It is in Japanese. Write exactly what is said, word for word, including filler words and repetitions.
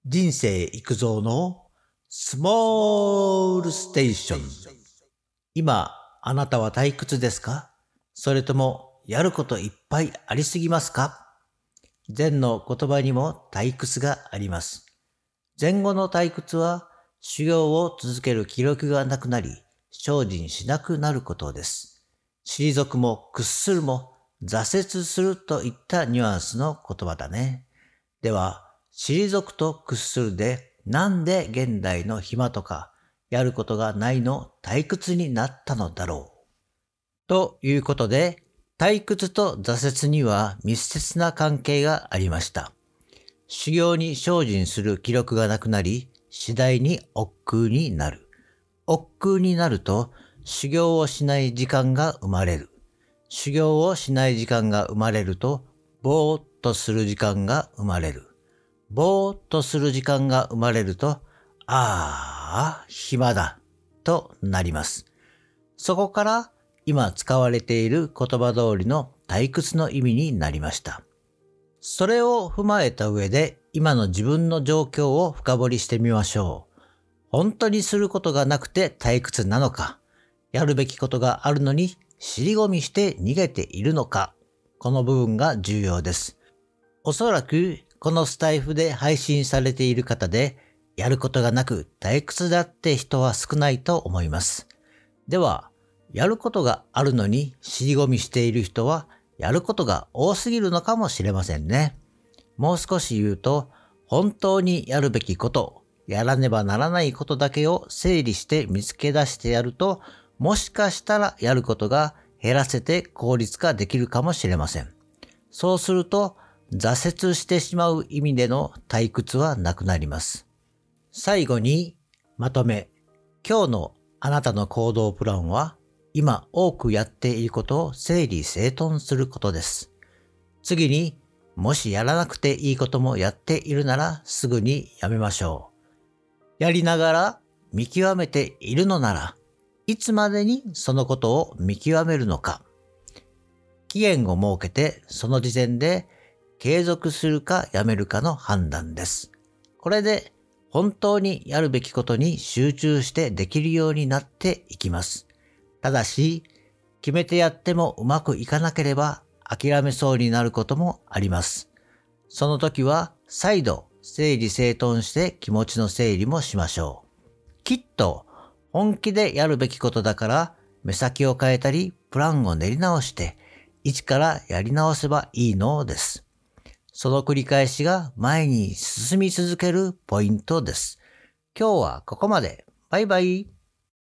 人生育造のスモールステーション。今、あなたは退屈ですか？それとも、やることいっぱいありすぎますか？禅の言葉にも退屈があります。禅後の退屈は、修行を続ける気力がなくなり、精進しなくなることです。退くも屈するも、挫折するといったニュアンスの言葉だね。では、退くと屈するで、なんで現代の暇とか、やることがないの退屈になったのだろう。ということで、退屈と挫折には密接な関係がありました。修行に精進する気力がなくなり、次第に億劫になる。億劫になると、修行をしない時間が生まれる。修行をしない時間が生まれると、ぼーっとする時間が生まれる。ぼーっとする時間が生まれると、ああ、暇だ、となります。そこから今使われている言葉通りの退屈の意味になりました。それを踏まえた上で今の自分の状況を深掘りしてみましょう。本当にすることがなくて退屈なのか、やるべきことがあるのに尻込みして逃げているのか、この部分が重要です。おそらくこのスタイフで配信されている方で、やることがなく退屈だって人は少ないと思います。では、やることがあるのに尻込みしている人は、やることが多すぎるのかもしれませんね。もう少し言うと、本当にやるべきこと、やらねばならないことだけを整理して見つけ出してやると、もしかしたらやることが減らせて効率化できるかもしれません。そうすると、挫折してしまう意味での退屈はなくなります。最後にまとめ。今日のあなたの行動プランは、今多くやっていることを整理整頓することです。次に、もしやらなくていいこともやっているならすぐにやめましょう。やりながら見極めているのなら、いつまでにそのことを見極めるのか。期限を設けてその時点で継続するかやめるかの判断です。これで本当にやるべきことに集中してできるようになっていきます。ただし、決めてやってもうまくいかなければ諦めそうになることもあります。その時は再度整理整頓して気持ちの整理もしましょう。きっと本気でやるべきことだから目先を変えたりプランを練り直して一からやり直せばいいのです。その繰り返しが前に進み続けるポイントです。今日はここまで。バイバイ。